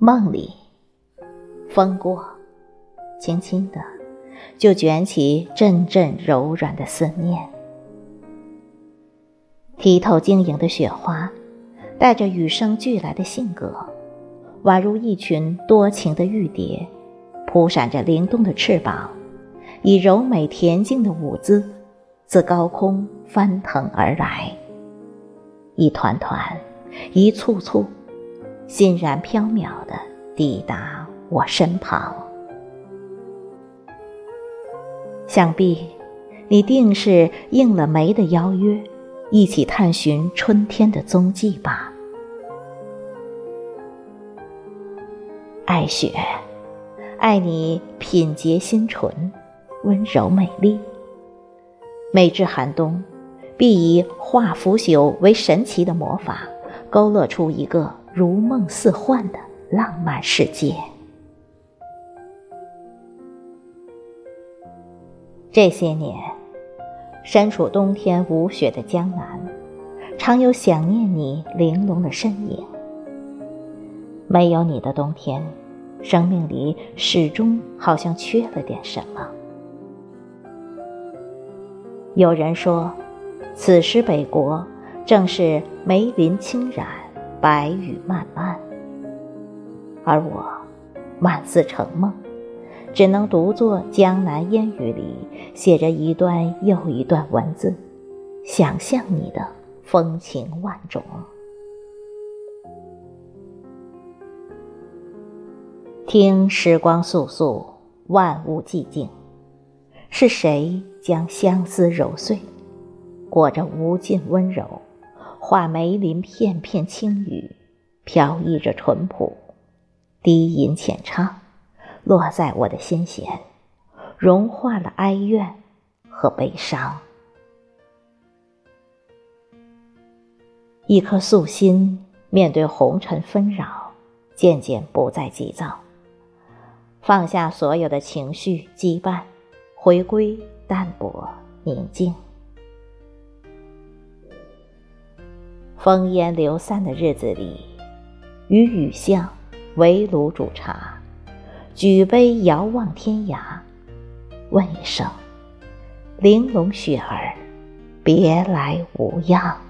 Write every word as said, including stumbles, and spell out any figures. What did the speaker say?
梦里，风过，轻轻的就卷起阵阵柔软的思念。剔透晶莹的雪花，带着与生俱来的性格，宛如一群多情的玉蝶，扑闪着灵动的翅膀，以柔美恬静的舞姿自高空翻腾而来，一团团，一簇簇，欣然飘渺地抵达我身旁。想必你定是应了梅的邀约，一起探寻春天的踪迹吧。爱雪，爱你品洁心纯，温柔美丽。每至寒冬，必以化腐朽为神奇的魔法，勾勒出一个如梦似幻的浪漫世界。这些年，身处冬天无雪的江南，常有想念你玲珑的身影。没有你的冬天，生命里始终好像缺了点什么。有人说，此时北国正是梅林轻染，白雨漫漫，而我满似成梦，只能独坐江南烟雨里，写着一段又一段文字，想象你的风情万种。听时光簌簌，万物寂静，是谁将相思揉碎，裹着无尽温柔，画梅林片片轻语，飘逸着淳朴，低吟浅唱，落在我的心弦，融化了哀怨和悲伤。一颗素心面对红尘纷扰，渐渐不再急躁，放下所有的情绪羁绊，回归淡泊宁静。风烟流散的日子里，与雨巷围炉煮茶，举杯遥望天涯，问一声玲珑雪儿，别来无恙。